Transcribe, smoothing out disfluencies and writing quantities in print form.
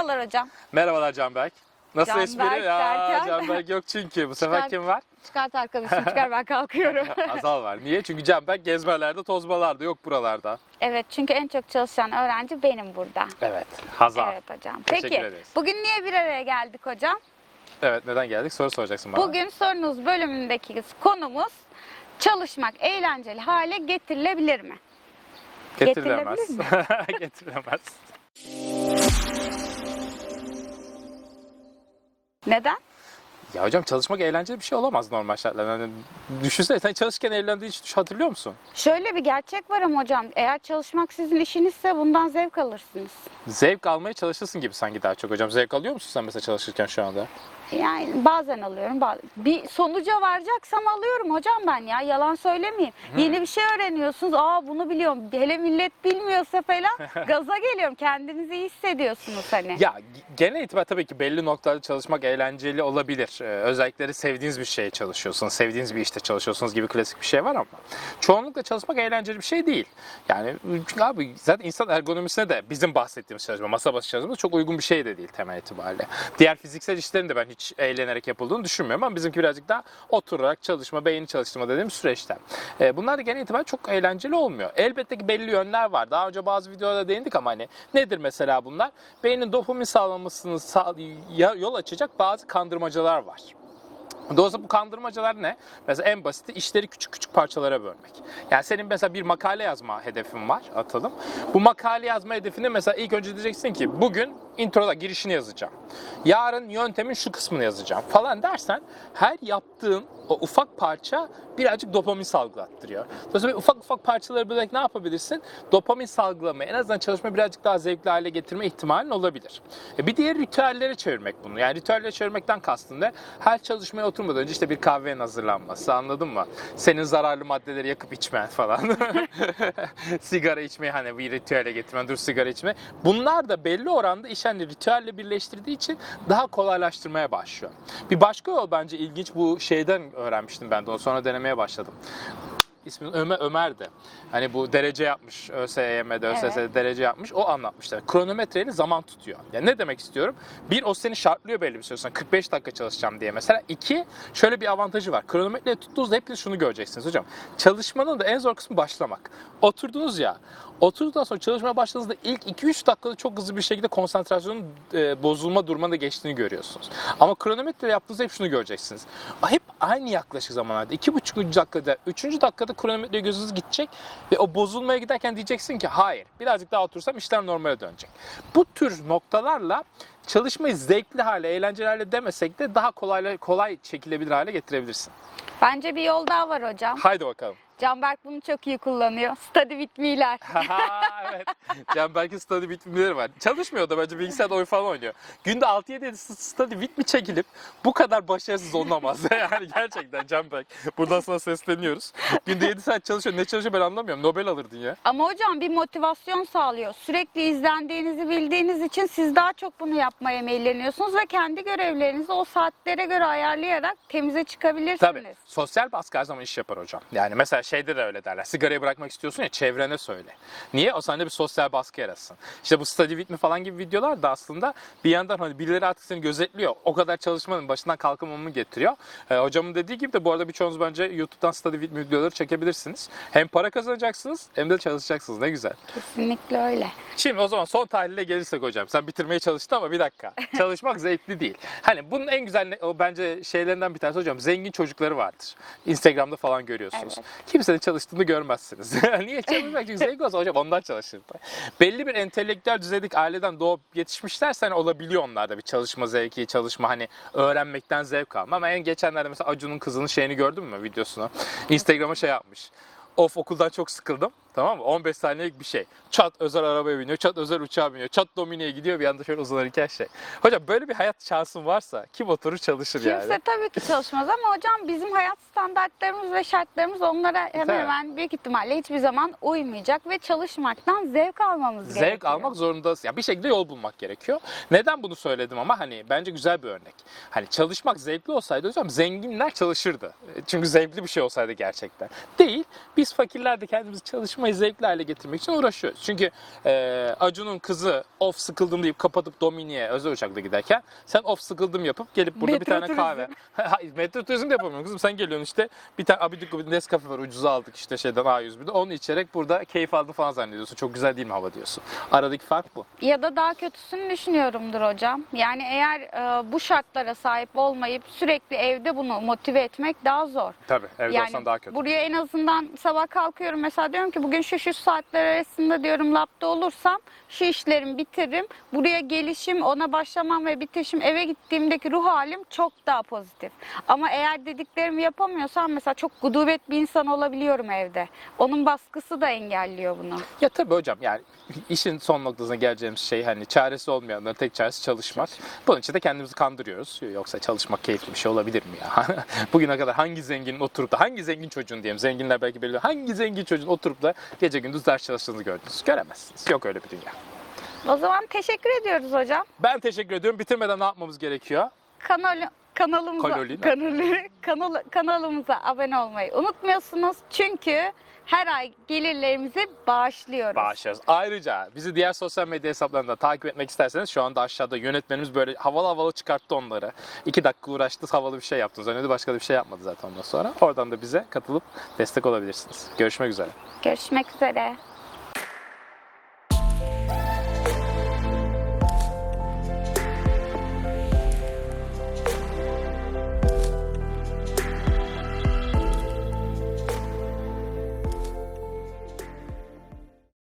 Merhabalar hocam. Merhabalar Canberk. Nasıl Canberk espri? Ya derken? Canberk yok çünkü. Bu sefer kim var? Çıkart arkadaşım çıkar, ben kalkıyorum. Azal var. Niye? Çünkü Canberk gezmelerde, tozmalarda yok buralarda. Evet, çünkü en çok çalışan öğrenci benim burada. Evet. Hazal. Evet hocam. Teşekkür Peki ederiz. bugün niye bir araya geldik hocam? Evet, neden geldik? Soru soracaksın bana. Bugün sorunuz bölümündeki konumuz çalışmak eğlenceli hale getirilebilir mi? Getirilemez. Getirilebilir Getirilemez. Neden? Ya hocam çalışmak eğlenceli bir şey olamaz normal şartlarda. Yani düşünsene sen çalışırken eğlendiğin hiç hatırlıyor musun? Şöyle bir gerçek var ama hocam, eğer çalışmak sizin işinizse bundan zevk alırsınız. Zevk almaya çalışırsın gibi sanki daha çok hocam. Zevk alıyor musun sen mesela çalışırken şu anda? Yani bazen alıyorum. Bir sonuca varacaksam alıyorum hocam ben ya. Yalan söylemeyeyim. Yeni bir şey öğreniyorsunuz. Aa, bunu biliyorum. Hele millet bilmiyorsa falan gaza geliyorum. Kendinizi iyi hissediyorsunuz hani. Ya genel itibariyle tabii ki belli noktalarda çalışmak eğlenceli olabilir. Özellikle sevdiğiniz bir şeye çalışıyorsunuz, sevdiğiniz bir işte çalışıyorsunuz gibi klasik bir şey var ama çoğunlukla çalışmak eğlenceli bir şey değil. Yani çünkü abi zaten insan ergonomisine de bizim bahsettiğimiz çalışma, masa başı çalışma çok uygun bir şey de değil temel itibariyle. Diğer fiziksel işlerin de ben hiç eğlenerek yapıldığını düşünmüyorum ama bizimki birazcık daha oturarak çalışma, beyni çalıştırma dediğimiz süreçten. Bunlar da genel itibariyle çok eğlenceli olmuyor. Elbette ki belli yönler var. Daha önce bazı videolarda değindik ama hani nedir mesela bunlar? Beynin dopamin sağlamasını yol açacak bazı kandırmacalar var. Dolayısıyla bu kandırmacalar ne? Mesela en basiti işleri küçük küçük parçalara bölmek. Yani senin mesela bir makale yazma hedefin var, atalım. Bu makale yazma hedefini mesela ilk önce diyeceksin ki bugün introda girişini yazacağım. Yarın yöntemin şu kısmını yazacağım falan dersen her yaptığın o ufak parça birazcık dopamin salgılattırıyor. Dolayısıyla ufak ufak parçaları bölerek ne yapabilirsin? Dopamin salgılamayı, en azından çalışmayı birazcık daha zevkli hale getirme ihtimalin olabilir. Bir diğer ritüellere çevirmek bunu. Yani ritüellere çevirmekten kastım ne? Her çalışmaya oturmadan önce işte bir kahvenin hazırlanması, anladın mı? Senin zararlı maddeleri yakıp içmen falan. Sigara içmeyi hani bir ritüele getirmen, dur sigara içme. Bunlar da belli oranda iş hani ritüelle birleştirdiği için daha kolaylaştırmaya başlıyor. Bir başka yol bence ilginç, bu şeyden öğrenmiştim ben de onu, sonra denemeye başladım. İsmi Ömer'di. Hani bu derece yapmış, ÖSYM'de, ÖSS'de Evet. derece yapmış, o anlatmışlar. Kronometreyle zaman tutuyor. Yani ne demek istiyorum? Bir, o seni şartlıyor belli bir süre sonra. 45 dakika çalışacağım diye mesela. İki, şöyle bir avantajı var. Kronometreyle tuttuğunuzda hepiniz şunu göreceksiniz hocam. Çalışmanın da en zor kısmı başlamak. Oturdunuz ya, oturduktan sonra çalışmaya başladığınızda ilk 2-3 dakikada çok hızlı bir şekilde konsantrasyonun bozulma durumuna geçtiğini görüyorsunuz. Ama kronometre yaptığınızda hep şunu göreceksiniz. Hep aynı yaklaşık zamanlarda 2,5 dakikada, 3. dakikada kronometre gözünüz gidecek ve o bozulmaya giderken diyeceksin ki hayır, birazcık daha otursam işler normale dönecek. Bu tür noktalarla çalışmayı zevkli hale, eğlenceli hale demesek de daha kolay çekilebilir hale getirebilirsin. Bence bir yol daha var hocam. Haydi bakalım. Canberk bunu çok iyi kullanıyor. Study with me'ler. Evet. Canberk'in study with me'leri var. Çalışmıyor da bence, bilgisayarda oyun falan oynuyor. Günde 6-7 study with me çekilip bu kadar başarısız olunamaz. Yani gerçekten Canberk. Buradan sana sesleniyoruz. Günde 7 saat çalışıyor. Ne çalışıyor ben anlamıyorum. Nobel alırdın ya. Ama hocam bir motivasyon sağlıyor. Sürekli izlendiğinizi bildiğiniz için siz daha çok bunu yapmaya meyilleniyorsunuz ve kendi görevlerinizi o saatlere göre ayarlayarak temize çıkabilirsiniz. Tabii. Sosyal baskı her zaman iş yapar hocam. Yani mesela şeyde de öyle derler. Sigarayı bırakmak istiyorsun ya, çevrene söyle. Niye? O sende bir sosyal baskı yarasın. İşte bu study with me falan gibi videolar da aslında bir yandan hani birileri artık seni gözetliyor. O kadar çalışmanın başından kalkamamını getiriyor. Hocamın dediği gibi de bu arada birçoğunuz bence YouTube'dan study with me videoları çekebilirsiniz. Hem para kazanacaksınız hem de çalışacaksınız. Ne güzel. Kesinlikle öyle. Şimdi o zaman son tahlile gelirsek hocam. Sen bitirmeye çalıştın ama bir dakika. Çalışmak zevkli değil. Hani bunun en güzel o bence şeylerinden bir tanesi hocam. Zengin çocukları vardır. Instagram'da falan görüyorsunuz. Evet. Kimsenin çalıştığını görmezsiniz. Niye çalışmak? Çünkü zevk olsa hocam ondan çalışır. Belli bir entelektüel düzeydeki aileden doğup yetişmişlerse hani olabiliyor onlarda bir çalışma zevki, çalışma hani öğrenmekten zevk alma. Ama en geçenlerde mesela Acun'un kızının şeyini gördün mü, videosunu? Instagram'a şey yapmış. Of, okuldan çok sıkıldım. Tamam mı? 15 saniyelik bir şey. Çat özel arabaya biniyor, çat özel uçağa biniyor, çat Domine'ye gidiyor, bir anda şöyle uzanırken şey. Hocam böyle bir hayat şansın varsa kim oturur çalışır yani? Kimse tabii ki çalışmaz ama hocam bizim hayat standartlarımız ve şartlarımız onlara hemen hemen büyük ihtimalle hiçbir zaman uymayacak ve çalışmaktan zevk almamız gerekiyor. Zevk almak zorundasın. Ya bir şekilde yol bulmak gerekiyor. Neden bunu söyledim ama hani bence güzel bir örnek. Hani çalışmak zevkli olsaydı hocam zenginler çalışırdı. Çünkü zevkli bir şey olsaydı gerçekten. Değil. Biz biz fakirler de kendimizi çalışmayı zevkli hale getirmek için uğraşıyoruz. Çünkü Acun'un kızı of sıkıldım deyip kapatıp Domini'ye özel uçakla giderken sen of sıkıldım yapıp gelip burada bir Metro tane turizm. kahve. Hayır, metro turizm de yapamıyorsun kızım. Sen geliyorsun işte bir tane abidik gubidik Nescafe var ucuza aldık işte şeyden A101'de. Onu içerek burada keyif aldın falan zannediyorsun. Çok güzel değil mi hava diyorsun. Aradaki fark bu. Ya da daha kötüsünü düşünüyorumdur hocam. Yani eğer bu şartlara sahip olmayıp sürekli evde bunu motive etmek daha zor. Tabii evde Yani olsan daha kötü. buraya en azından sabah kalkıyorum mesela diyorum ki bugün şu saatler arasında diyorum labda olursam şu işlerimi bitiririm. Buraya gelişim, ona başlamam ve bitişim eve gittiğimdeki ruh halim çok daha pozitif. Ama eğer dediklerimi yapamıyorsam mesela çok gudubet bir insan olabiliyorum evde. Onun baskısı da engelliyor bunu. Ya tabii hocam yani işin son noktasına geleceğimiz şey hani çaresi olmayanların tek çaresi çalışmak. Bunun için de kendimizi kandırıyoruz. Yoksa çalışmak keyifli bir şey olabilir mi ya? Bugüne kadar hangi zenginin oturup da hangi zengin çocuğun diyelim zenginler belki belirliyor. Hangi zengin çocuğun oturup da gece gündüz ders çalıştığını gördünüz? Göremezsiniz. Yok öyle bir dünya. O zaman teşekkür ediyoruz hocam. Ben teşekkür ediyorum. Bitirmeden ne yapmamız gerekiyor? Kanalımıza abone olmayı unutmuyorsunuz. Çünkü her ay gelirlerimizi bağışlıyoruz. Bağışlarız. Ayrıca bizi diğer sosyal medya hesaplarında takip etmek isterseniz şu anda aşağıda yönetmenimiz böyle havalı havalı çıkarttı onları. 2 dakika uğraştı, havalı bir şey yaptı. Zannediyordu başka da bir şey yapmadı zaten ondan sonra. Oradan da bize katılıp destek olabilirsiniz. Görüşmek üzere. Görüşmek üzere.